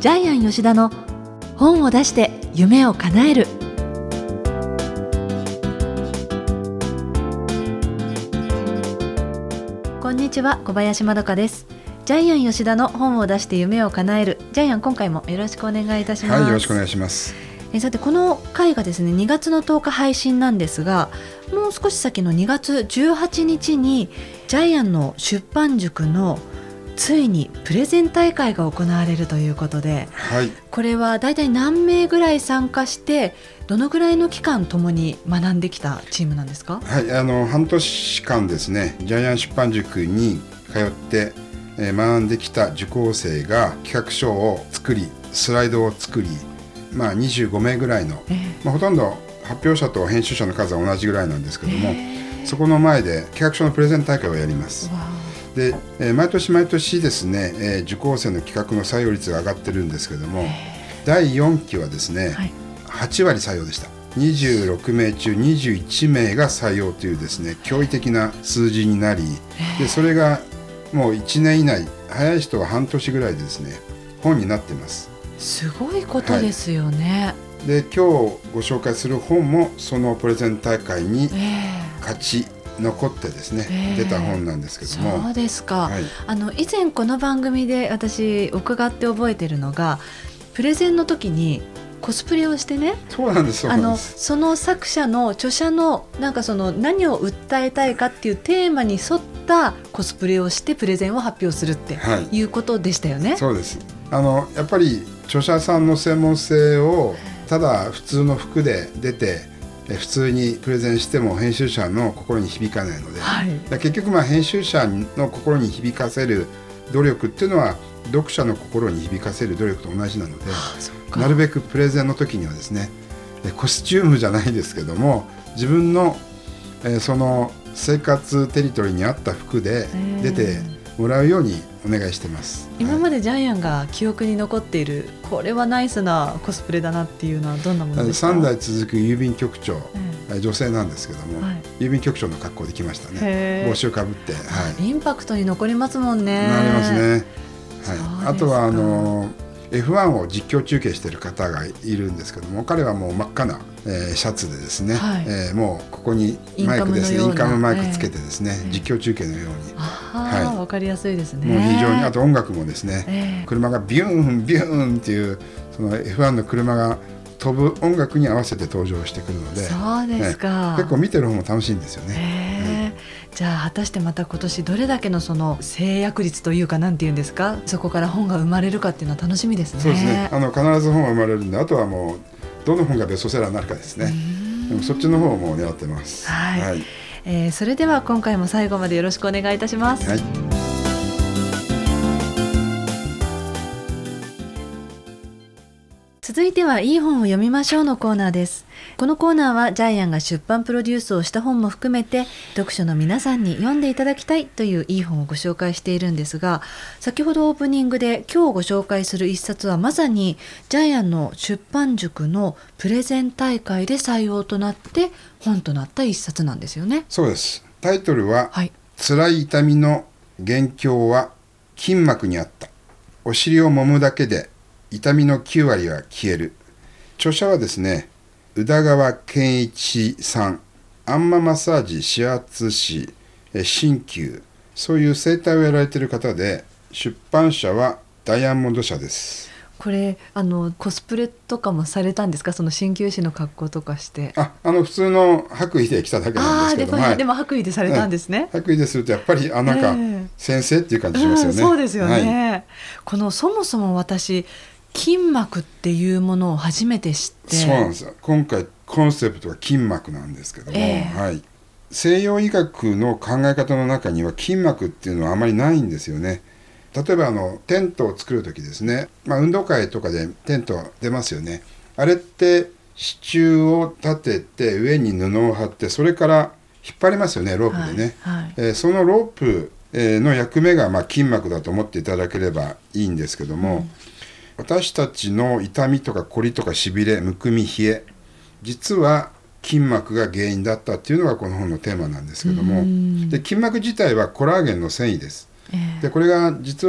ジャイアン吉田の本を出して夢を叶える。こんにちは、小林まどかです。ジャイアン吉田の本を出して夢を叶える。ジャイアン、今回もよろしくお願いいたします。 はい、よろしくお願いします。 さて、この回がですね、2月の10日配信なんですが、もう少し先の2月18日にジャイアンの出版塾のついにプレゼン大会が行われるということで、 はい、 これはだいたい何名ぐらい参加して、どのぐらいの期間ともに学んできたチームなんですか？ はい、半年間ですね、ジャイアン出版塾に通って、学んできた受講生が企画書を作り、スライドを作り、25名ぐらいの、ほとんど発表者と編集者の数は同じぐらいなんですけども、そこの前で企画書のプレゼン大会をやります。で、毎年毎年ですね、受講生の企画の採用率が上がってるんですけども、第4期はですね、8割採用でした。26名中21名が採用というですね、驚異的な数字になり、でそれがもう1年以内、早い人は半年ぐらいでですね、本になっています。 すごいことですよね。 で、今日ご紹介する本もそのプレゼン大会に勝ち残ってですね、出た本なんですけども。 そうですか。以前この番組で私伺って覚えてるのが、プレゼンの時にコスプレをしてね、 そうなんです、 その作者の著者のその何を訴えたいかっていうテーマに沿ったコスプレをしてプレゼンを発表するっていうことでしたよね。 そうです。やっぱり著者さんの専門性をただ普通の服で出て普通にプレゼンしても編集者の心に響かないので、結局編集者の心に響かせる努力っていうのは読者の心に響かせる努力と同じなので、なるべくプレゼンの時にはですね、コスチュームじゃないですけども、自分の、その生活テリトリーに合った服で出てもらうようにお願いしてます。 今までジャイアンが記憶に残っている、これはナイスなコスプレだなっていうのはどんなものですか ？3代続く郵便局長、女性なんですけども、郵便局長の格好で来ましたね。帽子をかぶって、 インパクトに残りますもんね。 なりますね。あとはF1 を実況中継している方がいるんですけども、彼はもう真っ赤な、シャツでですね、もうここにマイクですね、インカムマイクつけてですね、実況中継のように、 分かりやすいですね。 もう非常に、あと音楽もですね、車がビューンビューンっていうその F1 の車が飛ぶ音楽に合わせて登場してくるので、 そうですか。 結構見てる方も楽しいんですよね。 じゃあ果たしてまた今年どれだけのその制約率というか、なんていうんですか、そこから本が生まれるかっていうのは楽しみですね。 そうですね。必ず本が生まれるんで、あとはもうどの本がベストセラーになるかですね。でもそっちの方も狙ってます。 それでは今回も最後までよろしくお願いいたします。続いてはいい本を読みましょうのコーナーです。このコーナーはジャイアンが出版プロデュースをした本も含めて、読書の皆さんに読んでいただきたいといういい本をご紹介しているんですが、先ほどオープニングで今日ご紹介する一冊はまさにジャイアンの出版塾のプレゼン大会で採用となって本となった一冊なんですよね。 そうです。タイトルは、辛い痛みの元凶は筋膜にあった。お尻を揉むだけで痛みの9割は消える。著者はですね、宇田川健一さん。あんまマッサージ、指圧師、鍼灸、そういう整体をやられている方で、出版社はダイヤモンド社です。 これコスプレとかもされたんですか？その鍼灸師の格好とかして。 普通の白衣で来ただけなんですけど、 でも白衣でされたんですね。 白衣でするとやっぱり先生っていう感じしますよね。 そうですよね。そもそも私筋膜っていうものを初めて知って。 そうなんですよ。今回コンセプトは筋膜なんですけども、西洋医学の考え方の中には筋膜っていうのはあまりないんですよね。例えばテントを作るときですね、運動会とかでテント出ますよね。あれって支柱を立てて上に布を貼って、それから引っ張りますよね、ロープでね。そのロープの役目が筋膜だと思っていただければいいんですけども、私たちの痛みとかこりとかしびれ、むくみ、冷え、実は筋膜が原因だったっていうのがこの本のテーマなんですけども、で筋膜自体はコラーゲンの繊維です。でこれが実は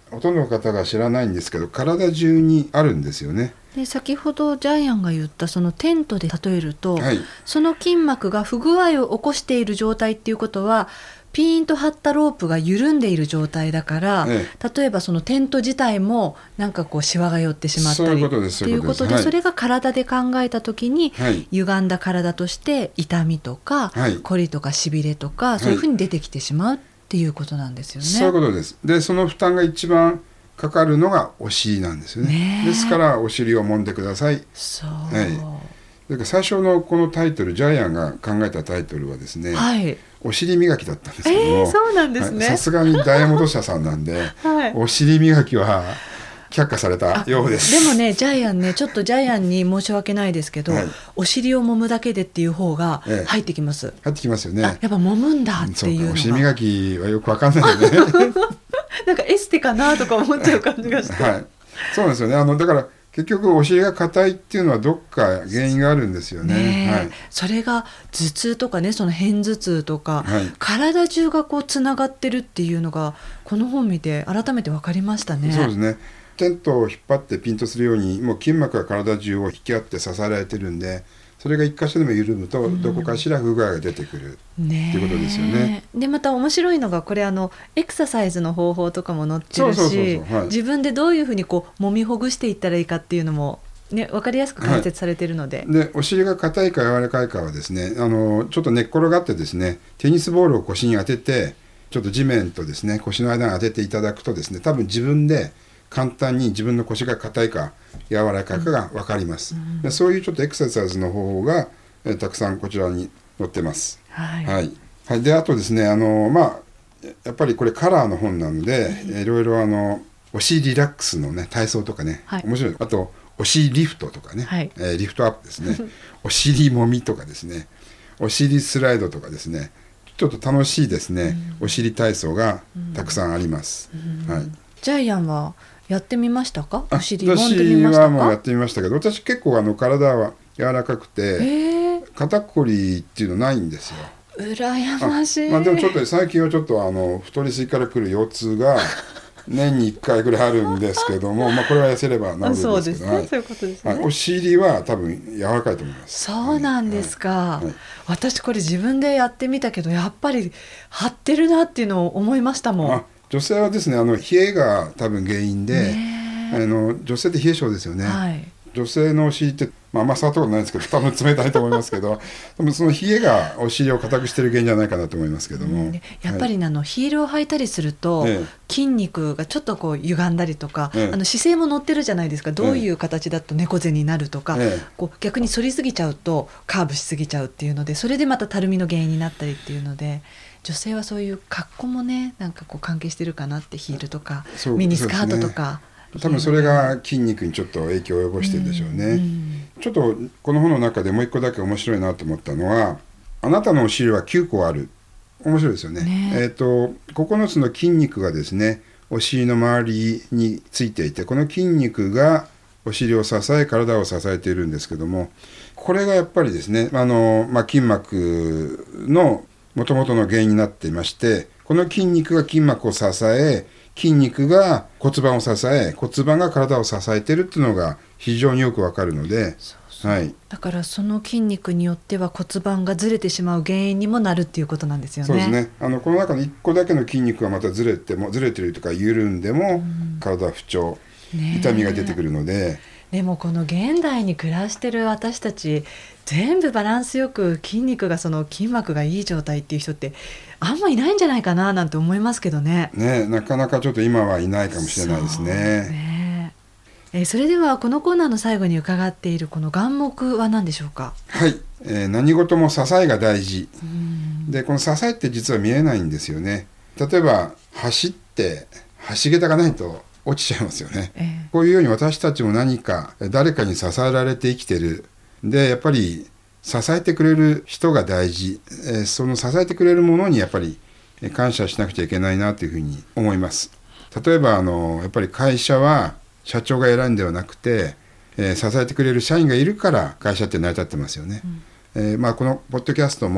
ほとんどの方が知らないんですけど、体中にあるんですよね。 で先ほどジャイアンが言ったそのテントで例えると、 はい、 その筋膜が不具合を起こしている状態っていうことは、ピーンと張ったロープが緩んでいる状態だから、例えばそのテント自体もなんかこうシワが寄ってしまったりっていうことで、それが体で考えた時に、歪んだ体として痛みとか、凝りとかしびれとか、そういうふうに出てきてしまうっていうことなんですよね。 そういうことです。でその負担が一番かかるのがお尻なんですよ ね。ですからお尻を揉んでください。 そう、 だから最初のこのタイトル、ジャイアンが考えたタイトルはですね、お尻磨きだったんですけども、 そうなんですね。 さすがにダイヤモンド社さんなんで、お尻磨きは却下されたようです。 でもね、ジャイアンね、ちょっとジャイアンに申し訳ないですけど、お尻を揉むだけでっていう方が入ってきます。 入ってきますよね。 やっぱ揉むんだっていうのが。 お尻磨きはよくわかんないよね。 なんかエステかなとか思っちゃう感じがして。 そうなんですよね。だから結局お尻が硬いっていうのはどっか原因があるんですよね。 それが頭痛とかね、その片頭痛とか、体中がこうつながってるっていうのがこの本見て改めて分かりましたね。 そうですね。テントを引っ張ってピンとするように、もう筋膜が体中を引き合って支えられてるんで、それが一箇所でも緩むとどこかしら不具合が出てくるっていうことですよね。 でまた面白いのがこれエクササイズの方法とかも載ってるし、自分でどういうふうにこう揉みほぐしていったらいいかっていうのも、ね、分かりやすく解説されているので、 でお尻が硬いか柔らかいかはですね、ちょっと寝っ転がってですね、テニスボールを腰に当てて、ちょっと地面とですね腰の間に当てていただくとですね、多分自分で簡単に自分の腰が硬いか柔らかいかが分かります。でそういうちょっとエクササイズの方法が、たくさんこちらに載ってます。であとですね、やっぱりこれカラーの本なので、いろいろお尻リラックスのね体操とかね、面白い。あとお尻リフトとかね、リフトアップですねお尻もみとかですね、お尻スライドとかですね、ちょっと楽しいですね、お尻体操がたくさんあります。 ジャイアンはやってみましたか？お尻揉んでみましたか？ 私はもうやってみましたけど、私結構体は柔らかくて、肩こりっていうのないんですよ。 羨ましい。 でもちょっと最近はちょっと太りすぎからくる腰痛が年に1回ぐらいあるんですけどもこれは痩せれば治るんですけど、 そうですね、そういうことですね。 お尻は多分柔らかいと思います。 そうなんですか。私これ自分でやってみたけど、やっぱり張ってるなっていうのを思いましたもん。 女性はですね、冷えが多分原因で、女性って冷え性ですよね。女性のお尻ってあんま触ったことないですけど、多分冷たいと思いますけど多分その冷えがお尻を硬くしてる原因じゃないかなと思いますけども、 やっぱりヒールを履いたりすると、筋肉がちょっとこう歪んだりとか、姿勢も乗ってるじゃないですか。どういう形だと猫背になるとか、こう逆に反りすぎちゃうとカーブしすぎちゃうっていうので、それでまたたるみの原因になったりっていうので、女性はそういう格好もね、なんかこう関係してるかなって。ヒールとかミニスカートとか、 多分それが筋肉にちょっと影響を及ぼしてるんでしょうね。ちょっとこの本の中でもう一個だけ面白いなと思ったのは、あなたのお尻は9個ある。面白いですよね。9つの筋肉がですね、お尻の周りについていて、この筋肉がお尻を支え、体を支えているんですけども、これがやっぱりですね、筋膜の元々の原因になっていまして、この筋肉が筋膜を支え、筋肉が骨盤を支え、骨盤が体を支えているっていうのが非常によくわかるので、 だからその筋肉によっては骨盤がずれてしまう原因にもなるっていうことなんですよね。 そうですね。この中の1個だけの筋肉がまたずれてるとか緩んでも、体不調、痛みが出てくるので。 でもこの現代に暮らしてる私たち、全部バランスよく筋肉が、その筋膜がいい状態っていう人ってあんまいないんじゃないかななんて思いますけどね。 なかなかちょっと今はいないかもしれないですね。 それではこのコーナーの最後に伺っているこの眼目は何でしょうか？ 何事も支えが大事で、この支えって実は見えないんですよね。例えば走って橋桁がないと落ちちゃいますよね。こういうように私たちも何か誰かに支えられて生きてる。でやっぱり支えてくれる人が大事、その支えてくれるものにやっぱり感謝しなくちゃいけないなというふうに思います。例えばやっぱり会社は社長が偉いんではなくて、支えてくれる社員がいるから会社って成り立ってますよね。このポッドキャストも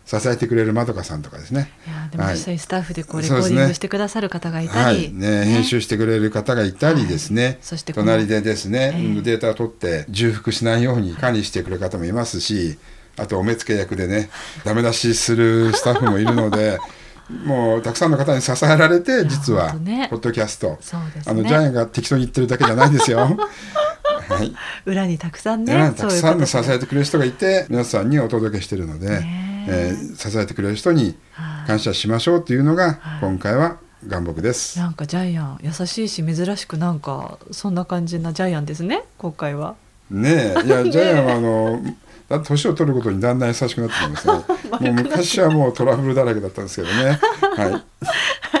支えてくれるまどかさんとかですね。 いやでも実際スタッフでこうレコーディングしてくださる方がいたり、 編集してくれる方がいたりですね、 そして隣でですね、データを取って重複しないように管理してくれる方もいますし、あとお目付け役でねダメ出しするスタッフもいるのでもうたくさんの方に支えられて、実はポッドキャスト、ジャイアンが適当に言ってるだけじゃないですよはい、 裏にたくさんね、 たくさんの支えてくれる人がいて皆さんにお届けしているので、支えてくれる人に感謝しましょうというのが今回は願目です。 なんかジャイアン優しいし珍しくなんかそんな感じなジャイアンですね今回は。 ねえ、いやジャイアンはだ年を取るごとにだんだん優しくなってきますねもう昔はもうトラブルだらけだったんですけどねはい、はい、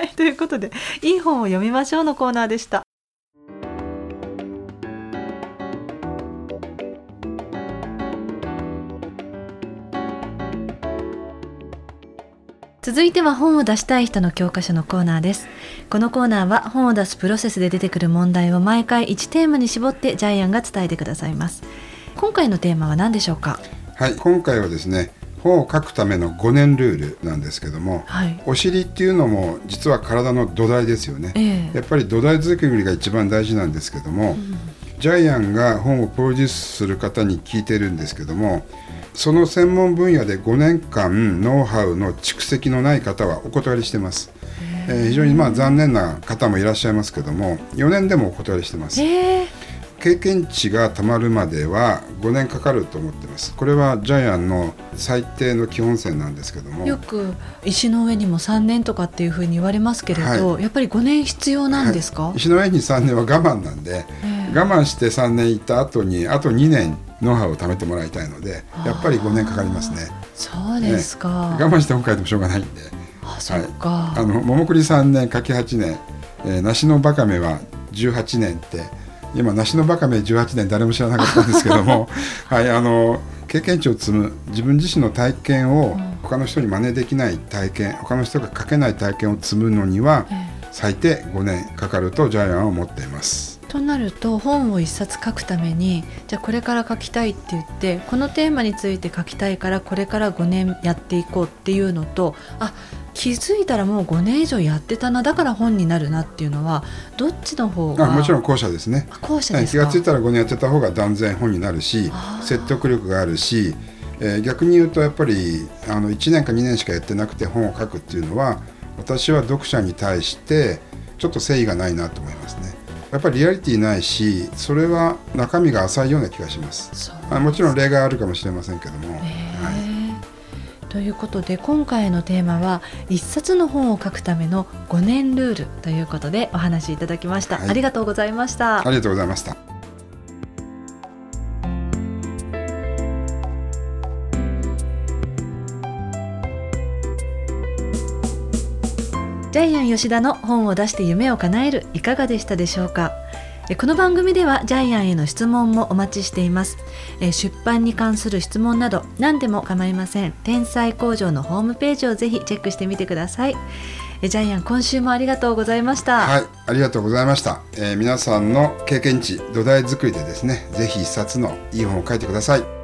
ということでいい本を読みましょうのコーナーでした。続いては本を出したい人の教科書のコーナーです。このコーナーは本を出すプロセスで出てくる問題を毎回1テーマに絞ってジャイアンが伝えてくださいます。今回のテーマは何でしょうか？ はい、今回はですね本を書くための5年ルールなんですけども、お尻っていうのも実は体の土台ですよね、やっぱり土台作りが一番大事なんですけども、ジャイアンが本をプロデュースする方に聞いてるんですけども、その専門分野で5年間ノウハウの蓄積のない方はお断りしてます。非常に残念な方もいらっしゃいますけども4年でもお断りしてます。経験値がたまるまでは5年かかると思ってます。これはジャイアンの最低の基本線なんですけども、 よく石の上にも3年とかっていうふうに言われますけれど、やっぱり5年必要なんですか？ 石の上に3年は我慢なんで、我慢して3年いった後にあと2年ノウハウを貯めてもらいたいのでやっぱり5年かかりますね。 そうですか、 我慢して本書いてもしょうがないんで。栗3年柿8年、梨のバカメは18年って今梨のバカメ18年誰も知らなかったんですけども経験値を積む自分自身の体験を他の人に真似できない体験、他の人が書けない体験を積むのには最低5年かかるとジャイアンは思っています。 となると本を一冊書くためにじゃあこれから書きたいって言ってこのテーマについて書きたいからこれから5年やっていこうっていうのと、気づいたらもう5年以上やってたなだから本になるなっていうのはどっちの方が？ もちろん後者ですね。 後者ですか？ 気がついたら5年やってた方が断然本になるし説得力があるし、逆に言うとやっぱり1年か2年しかやってなくて本を書くっていうのは私は読者に対してちょっと誠意がないなと思いますね。やっぱりリアリティないしそれは中身が浅いような気がします。もちろん例外あるかもしれませんけども、 ということで今回のテーマは一冊の本を書くための5年ルールということでお話しいただきました、ありがとうございました。 ありがとうございました。 ジャイアン吉田の本を出して夢を叶えるいかがでしたでしょうか？この番組ではジャイアンへの質問もお待ちしています。出版に関する質問など何でも構いません。天才工場のホームページをぜひチェックしてみてください。ジャイアン今週もありがとうございました。 はい、ありがとうございました。皆さんの経験値土台作りでですねぜひ一冊のいい本を書いてください。